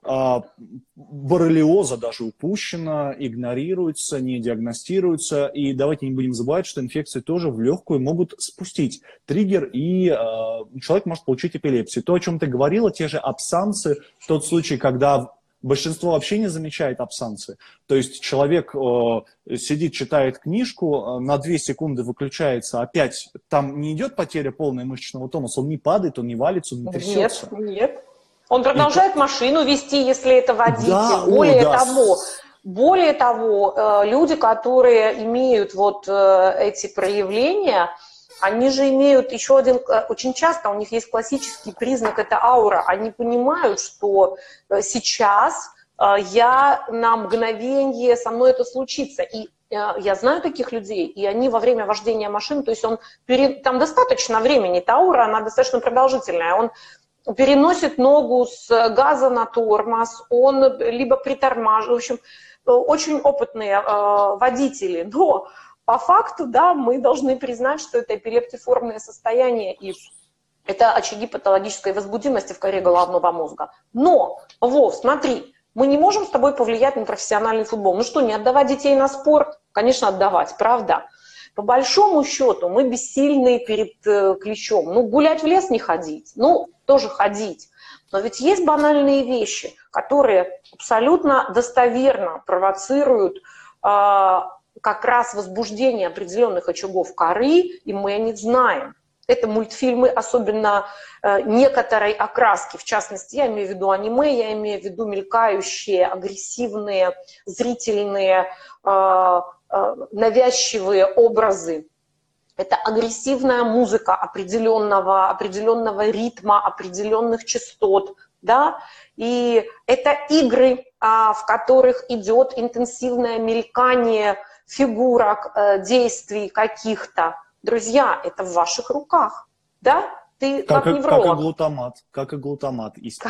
боррелиоза даже упущено, игнорируется, не диагностируется. И давайте не будем забывать, что инфекции тоже в легкую могут спустить триггер, и человек может получить эпилепсию. То, о чем ты говорила, те же абсансы, тот случай, когда большинство вообще не замечает абсансы. То есть человек сидит, читает книжку, на 2 секунды выключается, опять там не идет потеря полной мышечного тонуса, он не падает, он не валится, он не трясется. Нет. Он продолжает машину вести, если это водитель. Да, более того, люди, которые имеют вот эти проявления, они же имеют еще один, очень часто у них есть классический признак, это аура. Они понимают, что сейчас я на мгновение, со мной это случится. И я знаю таких людей, и они во время вождения машины, то есть там достаточно времени, эта аура, она достаточно продолжительная, он переносит ногу с газа на тормоз, он либо притормаживает, в общем, очень опытные водители, но по факту, да, мы должны признать, что это эпилептиформное состояние, и это очаги патологической возбудимости в коре головного мозга. Но, Вов, смотри, мы не можем с тобой повлиять на профессиональный футбол. Ну что, не отдавать детей на спорт? Конечно, отдавать, правда? По большому счету мы бессильны перед клещом. Ну, гулять в лес не ходить, ну, тоже ходить. Но ведь есть банальные вещи, которые абсолютно достоверно провоцируют как раз возбуждение определенных очагов коры, и мы о них знаем. Это мультфильмы, особенно некоторой окраски, в частности, я имею в виду аниме, я имею в виду мелькающие, агрессивные, зрительные, навязчивые образы. Это агрессивная музыка определенного ритма, определенных частот, да? И это игры, в которых идет интенсивное мелькание фигурок, действий каких-то. Друзья, это в ваших руках, да? Ты как невролог. Как и глутамат.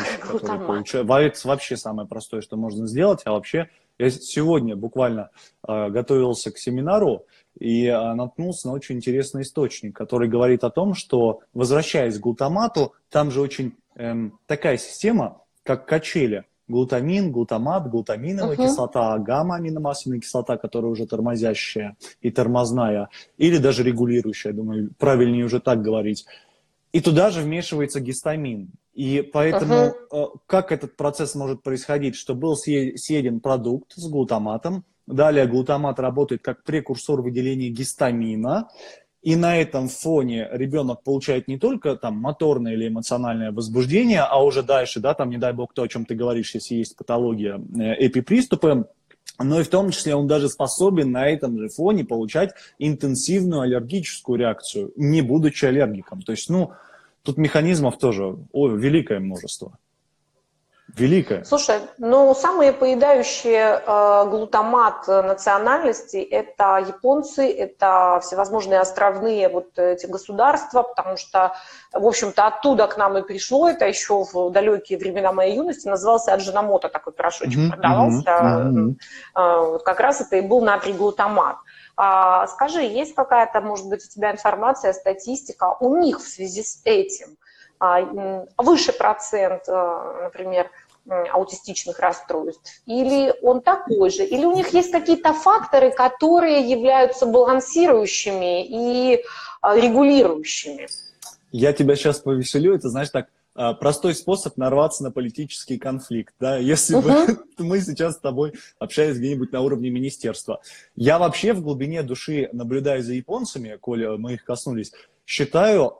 Это вообще самое простое, что можно сделать. А вообще, я сегодня буквально готовился к семинару и наткнулся на очень интересный источник, который говорит о том, что, возвращаясь к глутамату, там же очень такая система, как качели. Глутамин, глутамат, глутаминовая кислота, гамма-аминомасляная кислота, которая уже тормозящая и тормозная, или даже регулирующая, думаю, правильнее уже так говорить. И туда же вмешивается гистамин. И поэтому как этот процесс может происходить? Что был съеден продукт с глутаматом, далее глутамат работает как прекурсор выделения гистамина, и на этом фоне ребенок получает не только там моторное или эмоциональное возбуждение, а уже дальше, да, там, не дай бог, то, о чем ты говоришь, если есть патология, эпиприступы, но и в том числе он даже способен на этом же фоне получать интенсивную аллергическую реакцию, не будучи аллергиком. То есть, ну, тут механизмов тоже великое множество. великое. Слушай, ну, самые поедающие глутамат национальности – это японцы, это всевозможные островные вот эти государства, потому что, в общем-то, оттуда к нам и пришло, это еще в далекие времена моей юности, назывался аджиномото, такой порошочек продавался, вот как раз это и был натрий-глутамат. Скажи, есть какая-то, может быть, у тебя информация, статистика у них в связи с этим? Выше процент, например, аутистичных расстройств, или он такой же, или у них есть какие-то факторы, которые являются балансирующими и регулирующими? Я тебя сейчас повеселю, это, знаешь, так, простой способ нарваться на политический конфликт, да, если бы мы сейчас с тобой общались где-нибудь на уровне министерства. Я вообще в глубине души, наблюдая за японцами, коли мы их коснулись, считаю,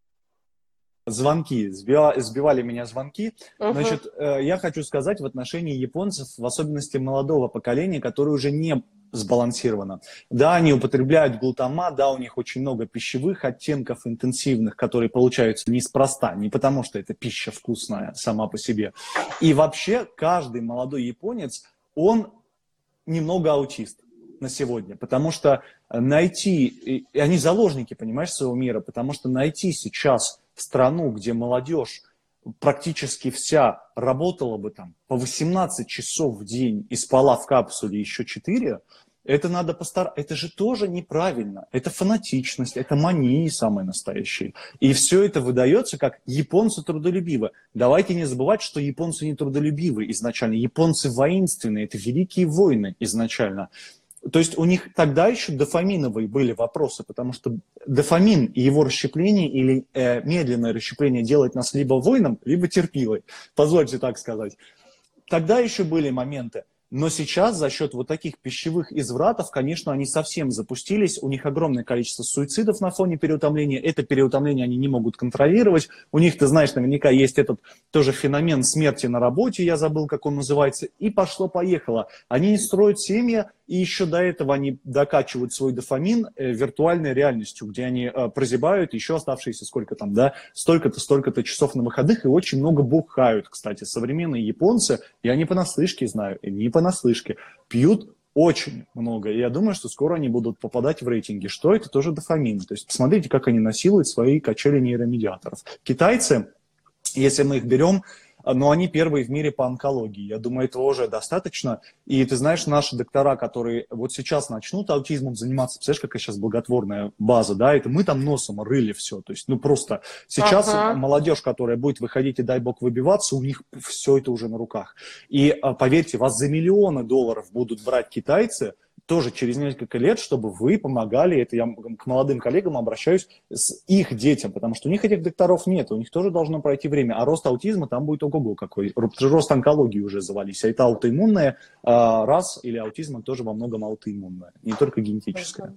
звонки, сбивали меня звонки. Значит, я хочу сказать в отношении японцев, в особенности молодого поколения, которое уже не сбалансировано. Да, они употребляют глутамат, да, у них очень много пищевых оттенков интенсивных, которые получаются неспроста, не потому что эта пища вкусная сама по себе. И вообще каждый молодой японец, он немного аутист на сегодня, потому что найти, и они заложники, понимаешь, своего мира, потому что найти сейчас страну, где молодежь практически вся работала бы там по 18 часов в день и спала в капсуле еще 4, это надо постараться. Это же тоже неправильно. Это фанатичность, это мании самые настоящие. И все это выдается как японцы трудолюбивы. Давайте не забывать, что японцы не трудолюбивы изначально. Японцы воинственные, это великие воины изначально. То есть у них тогда еще дофаминовые были вопросы, потому что дофамин и его расщепление или медленное расщепление делает нас либо воином, либо терпилой. Позвольте так сказать. Тогда еще были моменты. Но сейчас за счет вот таких пищевых извратов, конечно, они совсем запустились. У них огромное количество суицидов на фоне переутомления. Это переутомление они не могут контролировать. У них, ты знаешь, наверняка есть этот тоже феномен смерти на работе, я забыл, как он называется. И пошло-поехало. Они не строят семьи, и еще до этого они докачивают свой дофамин виртуальной реальностью, где они прозябают еще оставшиеся сколько там, да, столько-то часов на выходных и очень много бухают, кстати. Современные японцы, я не понаслышке знаю, и не понаслышке, пьют очень много. И я думаю, что скоро они будут попадать в рейтинги. Что это? Тоже дофамин. То есть посмотрите, как они насилуют свои качели нейромедиаторов. Китайцы, если мы их берем, но они первые в мире по онкологии. Я думаю, этого уже достаточно. И ты знаешь, наши доктора, которые вот сейчас начнут аутизмом заниматься, представляешь, какая сейчас благотворная база, да, это мы там носом рыли все. То есть, ну просто сейчас молодежь, которая будет выходить и, дай бог, выбиваться, у них все это уже на руках. И поверьте, вас за миллионы долларов будут брать китайцы, тоже через несколько лет, чтобы вы помогали, это я к молодым коллегам обращаюсь, с их детям, потому что у них этих докторов нет, у них тоже должно пройти время, а рост аутизма там будет ого-го какой, рост онкологии уже завались, а это аутоиммунное раз, или аутизм тоже во многом аутоиммунное, не только генетическое.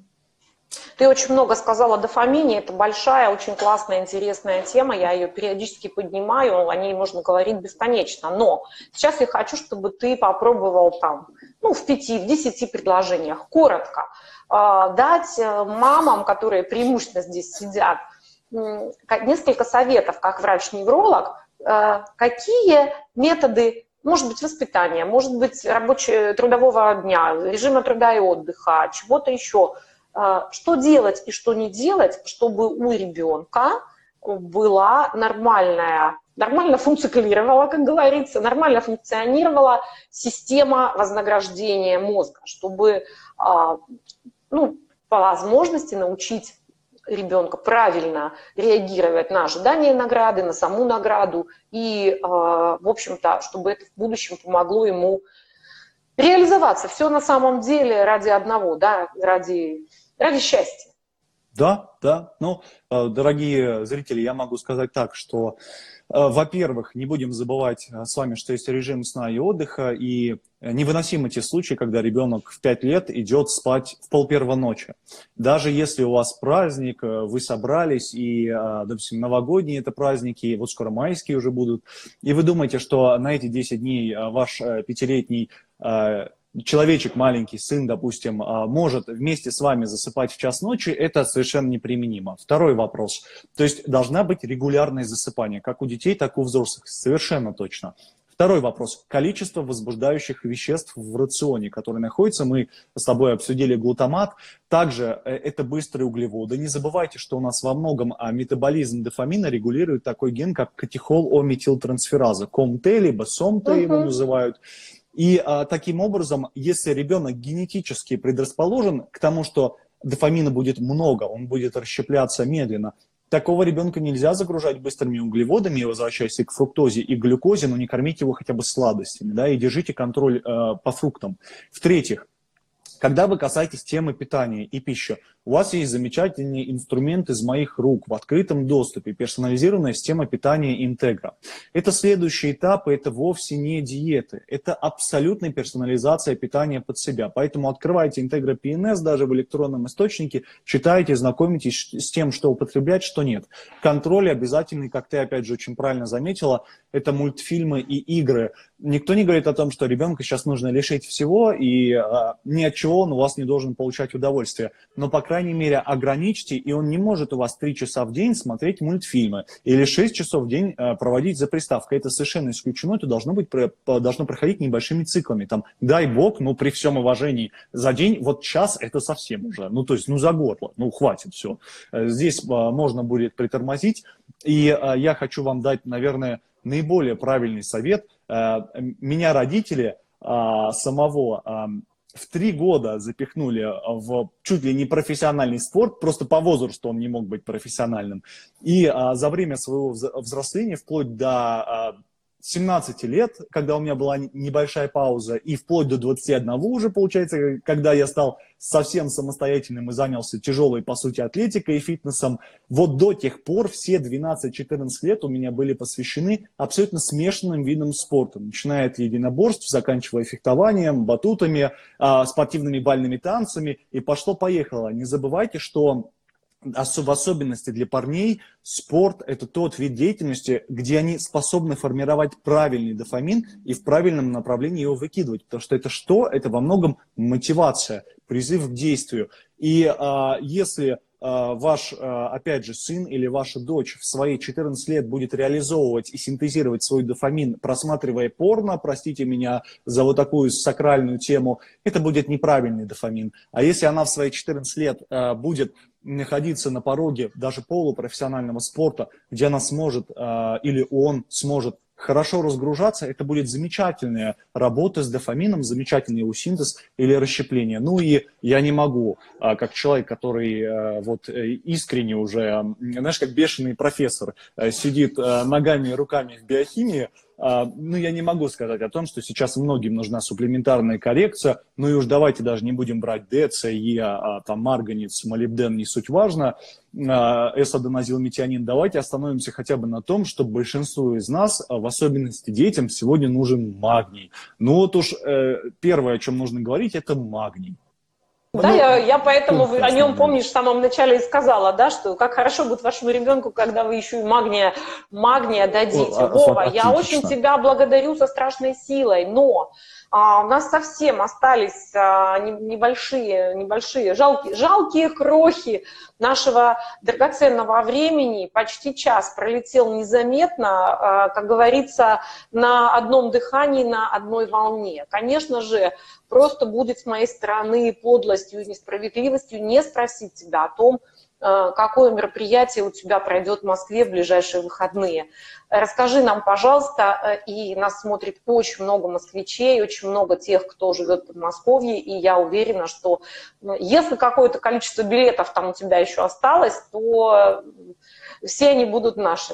Ты очень много сказала о дофамине, это большая, очень классная, интересная тема, я ее периодически поднимаю, о ней можно говорить бесконечно, но сейчас я хочу, чтобы ты попробовал там, ну, в 5-10 предложениях, коротко, дать мамам, которые преимущественно здесь сидят, несколько советов, как врач-невролог, какие методы, может быть, воспитания, может быть, трудового дня, режима труда и отдыха, чего-то еще, что делать и что не делать, чтобы у ребенка была нормально функционировала, как говорится, нормально функционировала система вознаграждения мозга, чтобы, ну, по возможности научить ребенка правильно реагировать на ожидание награды, на саму награду, и, в общем-то, чтобы это в будущем помогло ему реализоваться. Все на самом деле ради одного, да, ради счастья. Да, да. Ну, дорогие зрители, я могу сказать так, что, во-первых, не будем забывать с вами, что есть режим сна и отдыха, и невыносимы те случаи, когда ребенок в 5 лет идет спать в 1:30 ночи. Даже если у вас праздник, вы собрались, и, допустим, новогодние это праздники, и вот скоро майские уже будут, и вы думаете, что на эти 10 дней ваш 5-летний человечек маленький, сын, допустим, может вместе с вами засыпать в 1 ночи, это совершенно неприменимо. Второй вопрос. То есть должна быть регулярное засыпание, как у детей, так и у взрослых. Совершенно точно. Второй вопрос. Количество возбуждающих веществ в рационе, которые находятся. Мы с тобой обсудили глутамат. Также это быстрые углеводы. Не забывайте, что у нас во многом метаболизм дофамина регулирует такой ген, как катехол-о-метилтрансфераза. КОМТ, либо СОМТ его называют. И таким образом, если ребенок генетически предрасположен к тому, что дофамина будет много, он будет расщепляться медленно, такого ребенка нельзя загружать быстрыми углеводами, возвращаясь к фруктозе и глюкозе, но не кормить его хотя бы сладостями, да, и держите контроль по фруктам. В-третьих, когда вы касаетесь темы питания и пищи, у вас есть замечательный инструмент из моих рук в открытом доступе, персонализированная система питания Интегра. Это следующий этап, и это вовсе не диеты. Это абсолютная персонализация питания под себя. Поэтому открывайте Интегра ПНС даже в электронном источнике, читайте, знакомитесь с тем, что употреблять, что нет. Контроль обязательный, как ты опять же очень правильно заметила, это мультфильмы и игры. Никто не говорит о том, что ребенка сейчас нужно лишить всего, и ни от чего он у вас не должен получать удовольствие. Но, по крайней мере, ограничьте, и он не может у вас 3 часа в день смотреть мультфильмы или 6 часов в день проводить за приставкой. Это совершенно исключено, это должно проходить небольшими циклами. Там, дай бог, ну, при всем уважении, за день, вот час, это совсем уже, ну, то есть, ну, за год, ну, хватит, все. Здесь можно будет притормозить, и я хочу вам дать, наверное, наиболее правильный совет. Меня родители самого в 3 года запихнули в чуть ли не профессиональный спорт, просто по возрасту он не мог быть профессиональным. И за время своего взросления, вплоть до 17 лет, когда у меня была небольшая пауза, и вплоть до 21 уже, получается, когда я стал совсем самостоятельным и занялся тяжелой, по сути, атлетикой и фитнесом, вот до тех пор все 12-14 лет у меня были посвящены абсолютно смешанным видам спорта, начиная от единоборств, заканчивая фехтованием, батутами, спортивными бальными танцами, и пошло-поехало. Не забывайте, что в особенности для парней спорт – это тот вид деятельности, где они способны формировать правильный дофамин и в правильном направлении его выкидывать. Потому что это что? Это во многом мотивация, призыв к действию. И если ваш, опять же, сын или ваша дочь в свои 14 лет будет реализовывать и синтезировать свой дофамин, просматривая порно, простите меня за вот такую сакральную тему, это будет неправильный дофамин. А если она в свои 14 лет будет находиться на пороге даже полупрофессионального спорта, где она сможет или он сможет хорошо разгружаться, это будет замечательная работа с дофамином, замечательный его синтез или расщепление. Ну и я не могу, как человек, который вот искренне уже, знаешь, как бешеный профессор, сидит ногами и руками в биохимии, ну, я не могу сказать о том, что сейчас многим нужна суплементарная коррекция, ну и уж давайте даже не будем брать Д, С, Е, там, марганец, молибден, не суть важно, S-аденозилметионин. Давайте остановимся хотя бы на том, что большинству из нас, в особенности детям, сегодня нужен магний. Ну вот уж первое, о чем нужно говорить, это магний. Да, ну, я поэтому о нем, помнишь, в самом начале и сказала, да, что как хорошо будет вашему ребенку, когда вы еще и магния дадите. Вова, я очень тебя благодарю со страшной силой, но у нас совсем остались небольшие, жалкие крохи нашего драгоценного времени. Почти час пролетел незаметно, как говорится, на одном дыхании, на одной волне. Конечно же, просто будет с моей стороны подлостью и несправедливостью не спросить тебя о том, какое мероприятие у тебя пройдет в Москве в ближайшие выходные. Расскажи нам, пожалуйста, и нас смотрит очень много москвичей, очень много тех, кто живет в Подмосковье, и я уверена, что если какое-то количество билетов там у тебя еще осталось, то все они будут наши.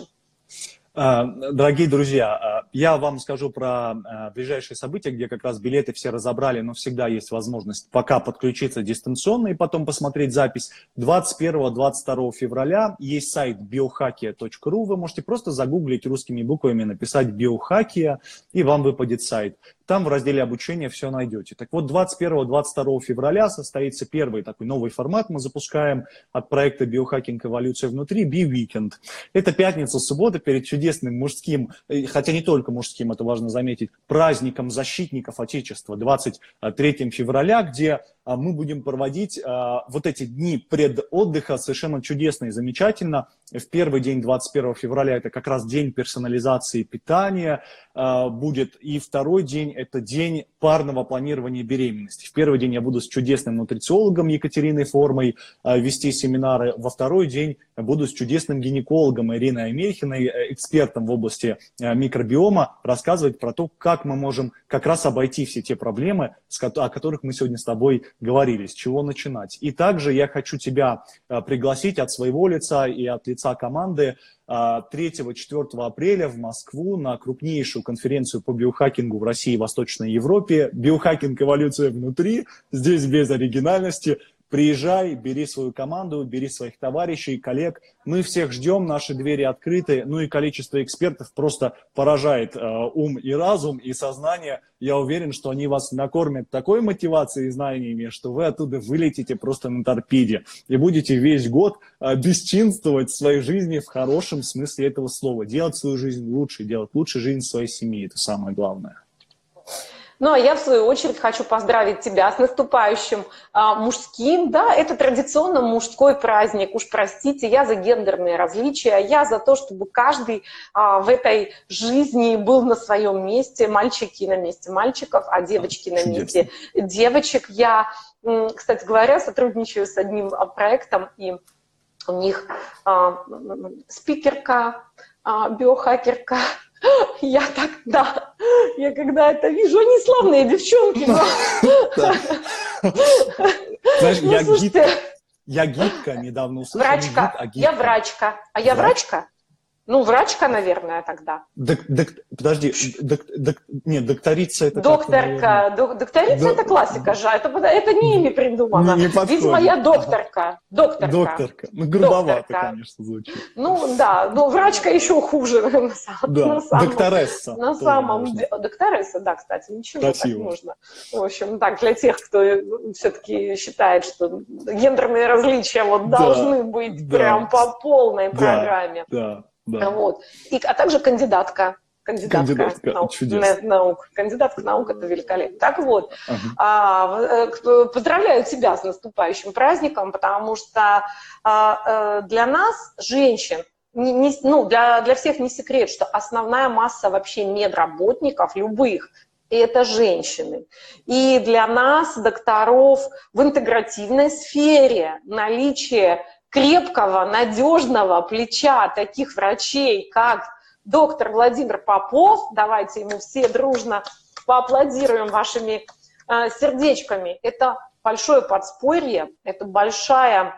Дорогие друзья, я вам скажу про ближайшие события, где как раз билеты все разобрали, но всегда есть возможность пока подключиться дистанционно и потом посмотреть запись. 21-22 февраля есть сайт biohackia.ru, вы можете просто загуглить русскими буквами, написать biohackia, и вам выпадет сайт. Там в разделе обучения все найдете. Так вот, 21-22 февраля состоится первый такой новый формат. Мы запускаем от проекта «Биохакинг. Эволюция внутри» Би-Weekend. Это пятница, суббота перед чудесным мужским, хотя не только мужским, это важно заметить, праздником защитников Отечества, 23 февраля, где мы будем проводить вот эти дни предотдыха совершенно чудесно и замечательно. В первый день, 21 февраля, это как раз день персонализации питания будет. И второй день – это день парного планирования беременности. В первый день я буду с чудесным нутрициологом Екатериной Формой вести семинары. Во второй день буду с чудесным гинекологом Ириной Амельхиной, экспертом в области микробиома, рассказывать про то, как мы можем как раз обойти все те проблемы, о которых мы сегодня с тобой говорили, с чего начинать. И также я хочу тебя пригласить от своего лица и от лица команды 3-4 апреля в Москву на крупнейшую конференцию по биохакингу в России и Восточной Европе. Биохакинг «Эволюция внутри». Здесь без оригинальности. Приезжай, бери свою команду, бери своих товарищей, коллег. Мы всех ждем, наши двери открыты. Ну и количество экспертов просто поражает ум и разум, и сознание. Я уверен, что они вас накормят такой мотивацией и знаниями, что вы оттуда вылетите просто на торпеде. И будете весь год бесчинствовать в своей жизни в хорошем смысле этого слова. Делать свою жизнь лучше, делать лучше жизнь своей семьи. Это самое главное. Ну, а я, в свою очередь, хочу поздравить тебя с наступающим мужским, да, это традиционно мужской праздник, уж простите, я за гендерные различия, я за то, чтобы каждый в этой жизни был на своем месте, мальчики на месте мальчиков, а девочки на месте девочек. Я, кстати говоря, сотрудничаю с одним проектом, и у них спикерка, биохакерка. Я так, да, я когда это вижу, они славные девчонки. Знаешь, я гидка недавно услышал. Врачка, я врачка. А я врачка? Ну, врачка, наверное, тогда. Подожди, нет, докторица это докторка, докторица это классика же, это не ими придумано. Видимо, я докторка. Докторка. Ну, грубовато, конечно, звучит. Ну, да, но врачка еще хуже. Докторесса. На самом деле. Докторесса, да, кстати, ничего, так можно. В общем, так, для тех, кто все-таки считает, что гендерные различия вот должны быть прям по полной программе. Да. Вот. А также кандидатка наук. Кандидатка наук – это великолепно. Так вот, поздравляю тебя с наступающим праздником, потому что для нас, женщин, для всех не секрет, что основная масса вообще медработников любых – это женщины. И для нас, докторов, в интегративной сфере наличие крепкого, надежного плеча таких врачей, как доктор Владимир Попов, давайте ему все дружно поаплодируем вашими сердечками. Это большое подспорье, это большая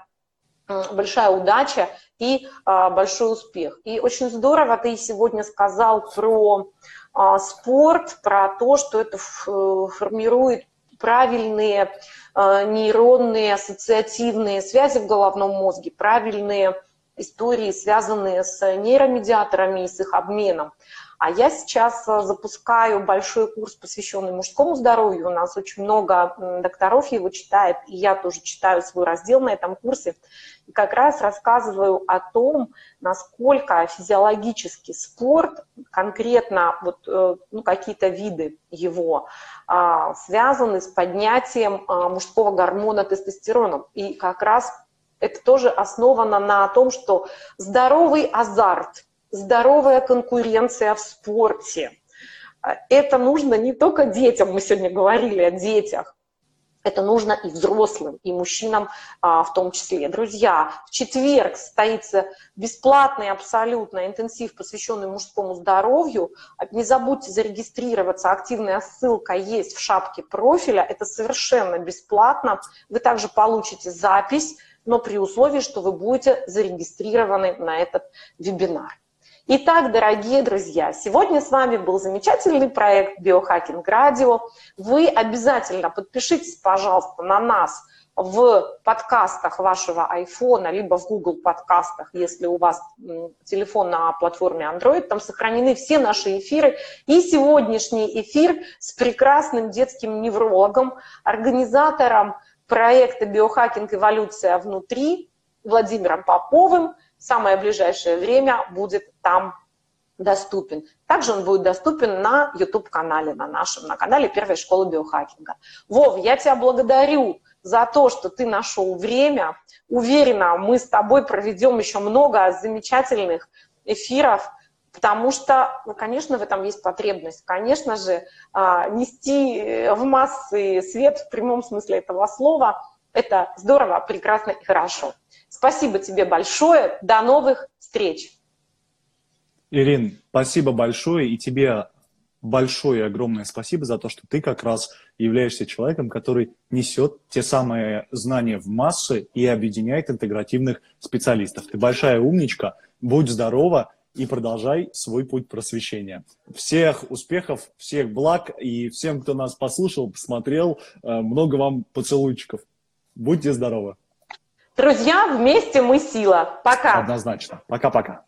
удача и большой успех. И очень здорово ты сегодня сказал про спорт, про то, что это формирует правильные нейронные ассоциативные связи в головном мозге, правильные истории, связанные с нейромедиаторами и с их обменом. А я сейчас запускаю большой курс, посвященный мужскому здоровью. У нас очень много докторов его читает, и я тоже читаю свой раздел на этом курсе. И как раз рассказываю о том, насколько физиологический спорт, конкретно какие-то виды его, связаны с поднятием мужского гормона тестостерона. И как раз это тоже основано на том, что здоровый азарт, здоровая конкуренция в спорте. Это нужно не только детям, мы сегодня говорили о детях, это нужно и взрослым, и мужчинам в том числе. Друзья, в четверг состоится бесплатный абсолютно интенсив, посвященный мужскому здоровью. Не забудьте зарегистрироваться, активная ссылка есть в шапке профиля, это совершенно бесплатно. Вы также получите запись, но при условии, что вы будете зарегистрированы на этот вебинар. Итак, дорогие друзья, сегодня с вами был замечательный проект Биохакинг Радио. Вы обязательно подпишитесь, пожалуйста, на нас в подкастах вашего айфона, либо в Google подкастах, если у вас телефон на платформе Android, там сохранены все наши эфиры. И сегодняшний эфир с прекрасным детским неврологом, организатором проекта «Биохакинг. Эволюция внутри» Владимиром Поповым. В самое ближайшее время будет там доступен. Также он будет доступен на YouTube-канале, на канале Первой школы биохакинга. Вов, я тебя благодарю за то, что ты нашел время. Уверена, мы с тобой проведем еще много замечательных эфиров, потому что, ну, конечно, в этом есть потребность. Конечно же, нести в массы свет в прямом смысле этого слова – это здорово, прекрасно и хорошо. Спасибо тебе большое. До новых встреч. Ирин, спасибо большое, и тебе большое и огромное спасибо за то, что ты как раз являешься человеком, который несет те самые знания в массы и объединяет интегративных специалистов. Ты большая умничка, будь здорова и продолжай свой путь просвещения. Всех успехов, всех благ, и всем, кто нас послушал, посмотрел, много вам поцелуйчиков. Будьте здоровы. Друзья, вместе мы сила. Пока. Однозначно. Пока-пока.